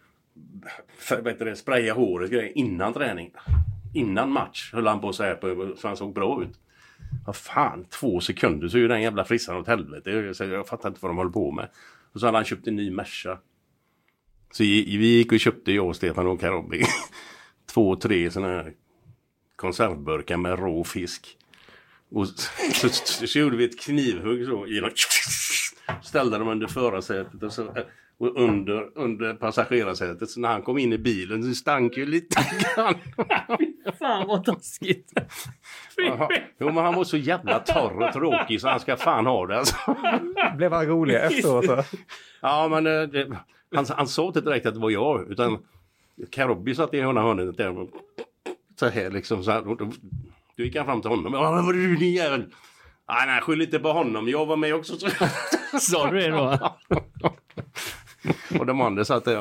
spraya håret innan träning. Innan match höll han på så här så han såg bra ut. Vad fan, 2 sekunder så är ju den jävla frissan åt helvete. Jag fattar inte vad de håller på med. Och så hade han köpt en ny Merca. Så vi gick och köpte, jag och Stefan och Carobbi 2-3 såna här konservburkar med rå fisk. Och så gjorde vi ett knivhugg så genom, ställde dem under förarsätet och under passagerarsätet. Så när han kom in i bilen så stank ju lite grann. Fan vad taskigt. Jo men han var så jävla torr och tråkig så han ska fan ha det alltså. Blev han rolig efteråt så? Ja men han sa inte direkt att det var jag utan Carobbi satt i hörnet där så här liksom så här. Då gick han fram till honom. Vad var du din jävel? Nej, skyll inte på honom. Jag var med också. Sa du det då? Och de andra satt där.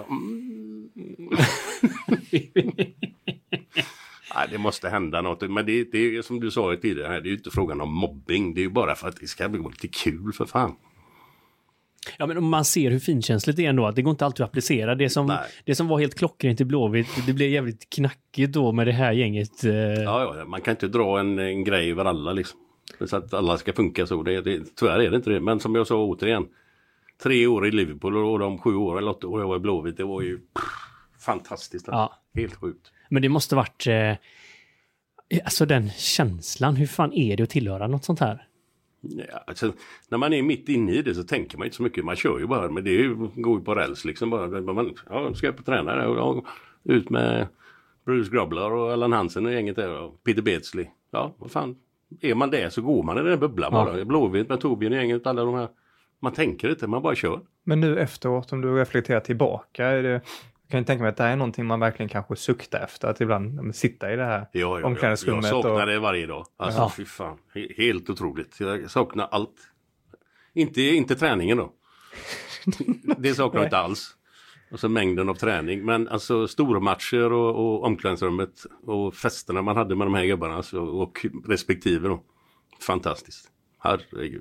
Nej, det måste hända något. Men det är som du sa tidigare. Det är ju inte frågan om mobbing. Det är ju bara för att det ska bli lite kul för fan. Ja, men man ser hur finkänsligt det är ändå. Att det går inte alltid att applicera. Det som var helt klockrent i Blåvitt, det blev jävligt knackigt då med det här gänget. Ja, man kan inte dra en grej över alla liksom. Så att alla ska funka så. Tyvärr är det inte det. Men som jag sa återigen, 3 år i Liverpool och de 7 år eller 8 år jag var i Blåvitt, det var ju fantastiskt. Ja. Helt sjukt. Men det måste varit... alltså den känslan, hur fan är det att tillhöra något sånt här? Ja, alltså, när man är mitt inne i det så tänker man inte så mycket. Man kör ju bara, men det går ju på räls liksom. Bara, ska jag på tränare och ut med Bruce Grobbler och Alan Hansen och gänget där och Peter Beardsley. Ja, vad fan. Är man det så går man i den bubblan bara. Blåvitt med Torbjörn och gänget, alla de här. Man tänker inte, man bara kör. Men nu efteråt, om du reflekterar tillbaka, jag kan ju tänka mig att det här är någonting man verkligen kanske suktar efter. Att ibland sitta i det här omklädningsrummet. Jag saknar det varje dag. Alltså fy fan, helt otroligt. Jag saknar allt. Inte träningen då. Det saknar jag inte alls. Och så mängden av träning. Men alltså stormatcher och omklädningsrummet och festerna man hade med de här gubbarna och respektive då. Fantastiskt. Herregud.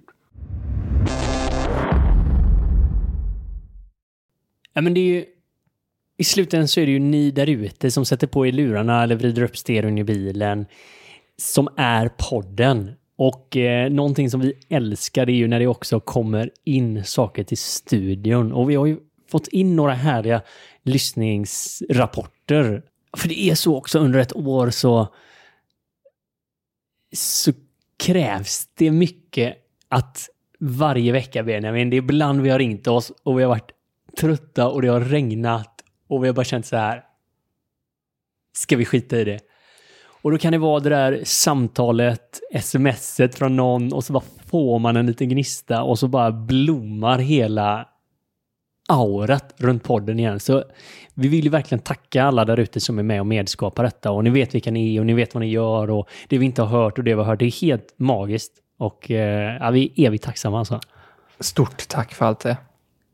Ja, men det är ju... I slutändan så är det ju ni där ute som sätter på i lurarna eller vrider upp stereon i bilen som är podden. Och någonting som vi älskar är ju när det också kommer in saker till studion. Och vi har ju fått in några härliga lyssningsrapporter. För det är så också under ett år så krävs det mycket att varje vecka, Benjamin, det är ibland vi har ringt oss och vi har varit trötta och det har regnat och vi har bara känt så här, ska vi skita i det? Och då kan det vara det där samtalet, smset från någon och så bara får man en liten gnista och så bara blommar hela aurat runt podden igen. Så vi vill ju verkligen tacka alla där ute som är med och medskapar detta. Och ni vet vilka ni är och ni vet vad ni gör och det vi inte har hört och det vi har hört. Det är helt magiskt. Och vi är evigt tacksamma alltså. Stort tack för allt det.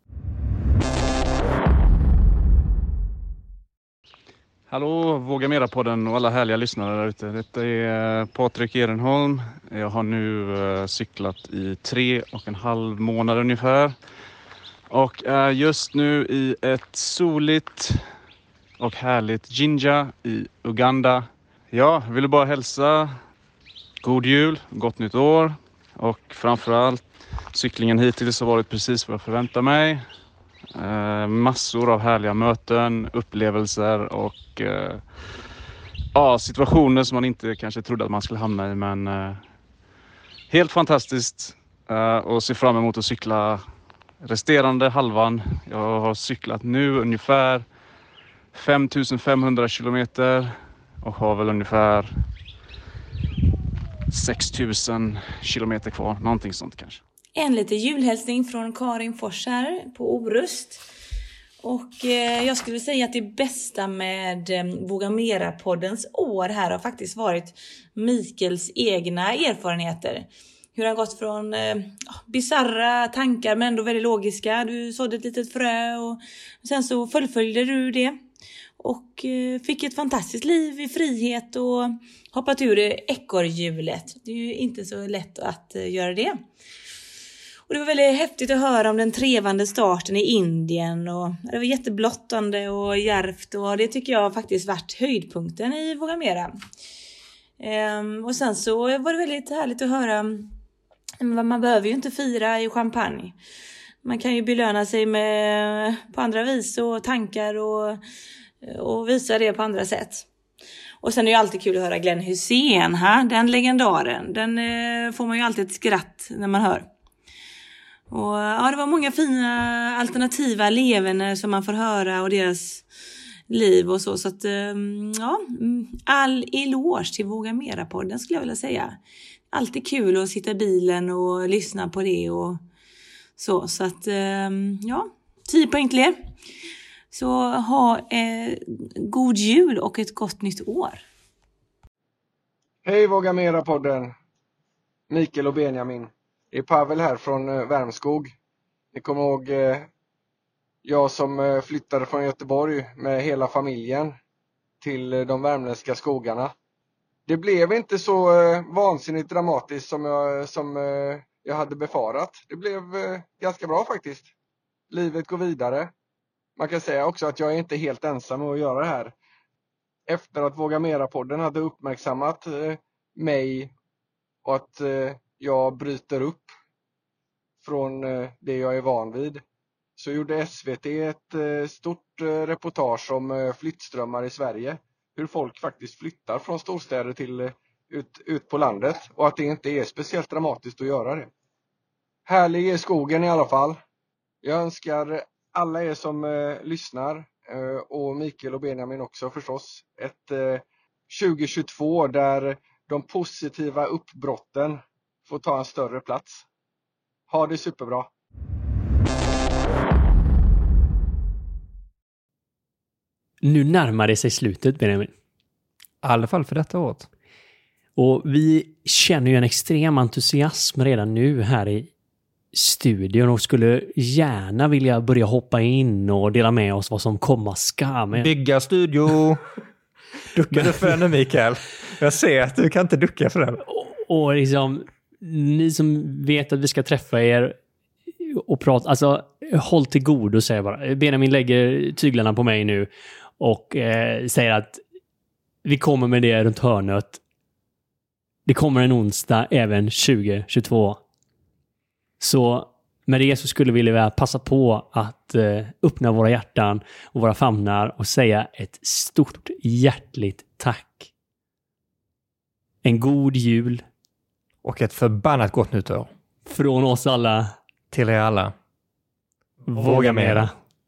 Hallå, Våga Mera-podden och alla härliga lyssnare där ute. Detta är Patrik Ehrenholm. Jag har nu cyklat i 3,5 månader ungefär. Och är just nu i ett soligt och härligt Jinja i Uganda. Ja, jag ville bara hälsa god jul, gott nytt år. Och framförallt, cyklingen hittills har varit precis vad jag förväntar mig. Massor av härliga möten, upplevelser och situationer som man inte kanske trodde att man skulle hamna i. Men helt fantastiskt och ser fram emot att cykla resterande halvan. Jag har cyklat nu ungefär 5500 kilometer och har väl ungefär 6000 kilometer kvar. Någonting sånt kanske. En liten julhälsning från Karin Fors här på Orust. Och jag skulle säga att det bästa med Våga Mera-poddens år här har faktiskt varit Mikaels egna erfarenheter. Hur han gått från bizarra tankar men ändå väldigt logiska. Du sådde ett litet frö och sen så fullföljde du det. Och fick ett fantastiskt liv i frihet och hoppat ur ekorrhjulet. Det är ju inte så lätt att göra det. Och det var väldigt häftigt att höra om den trevande starten i Indien. Och det var jätteblottande och djärvt. Och det tycker jag faktiskt varit höjdpunkten i Våga Mera. Och sen så var det väldigt härligt att höra. Man behöver ju inte fira i champagne. Man kan ju belöna sig på andra vis och tankar och visa det på andra sätt. Och sen är det ju alltid kul att höra Glenn Hussein. Den legendaren. Den får man ju alltid ett skratt när man hör. Och ja, det var många fina alternativa levande som man får höra och deras liv och så. Så att all eloge till Våga Mera-podden skulle jag vilja säga. Alltid kul att sitta i bilen och lyssna på det och så. Så att 10 poäng till er. Så ha god jul och ett gott nytt år. Hej Våga Mera-podden. Mikael och Benjamin. Det är Pavel här från Värmskog. Ni kommer ihåg jag som flyttade från Göteborg med hela familjen till de värmländska skogarna. Det blev inte så vansinnigt dramatiskt som jag hade befarat. Det blev ganska bra faktiskt. livet går vidare. Man kan säga också att jag är inte helt ensam med att göra det här. Efter att Våga Mera-podden hade uppmärksammat mig och att jag bryter upp från det jag är van vid, så gjorde SVT ett stort reportage om flyttströmmar i Sverige. Hur folk faktiskt flyttar från storstäder till ut på landet, och att det inte är speciellt dramatiskt att göra det. Härlig är skogen i alla fall. Jag önskar alla er som lyssnar, och Mikael och Benjamin också förstås, ett 2022 där de positiva uppbrotten får ta en större plats. Ha det superbra! Nu närmar det sig slutet, Benjamin. I alla fall för detta året. Och vi känner ju en extrem entusiasm redan nu här i studion och skulle gärna vilja börja hoppa in och dela med oss vad som komma ska. Men... Bygga studio! Duckar du för den nu, Mikael? Jag ser att du kan inte ducka för den. Och liksom, ni som vet att vi ska träffa er och prata, alltså håll till god och säger bara. Benjamin lägger tyglarna på mig nu och säger att vi kommer med det runt hörnet. Det kommer en onsdag även 2022. Så med det så skulle vi vilja passa på att öppna våra hjärtan och våra famnar och säga ett stort hjärtligt tack. En god jul. Och ett förbannat gott nytt år. Från oss alla. Till er alla. Våga mera.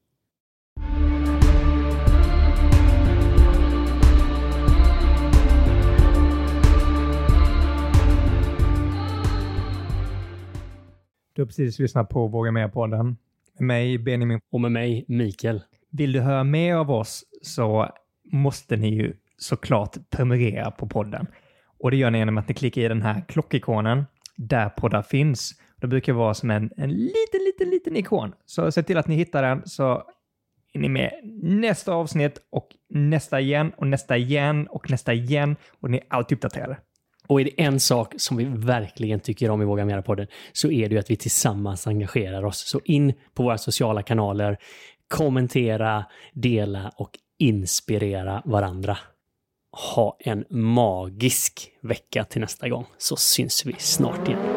Du har precis lyssnat på Våga Mera-podden. Med mig, Benjamin. Och med mig, Mikael. Vill du höra mer av oss så måste ni ju såklart prenumerera på podden. Och det gör ni genom att ni klickar i den här klockikonen där poddar finns. Det brukar vara som en liten ikon. Så se till att ni hittar den så är ni med nästa avsnitt och nästa igen och nästa igen och nästa igen. Och ni är alltid uppdaterade. Och är det en sak som vi verkligen tycker om i Våga Mera-podden så är det ju att vi tillsammans engagerar oss. Så in på våra sociala kanaler, kommentera, dela och inspirera varandra. Ha en magisk vecka till nästa gång så syns vi snart igen.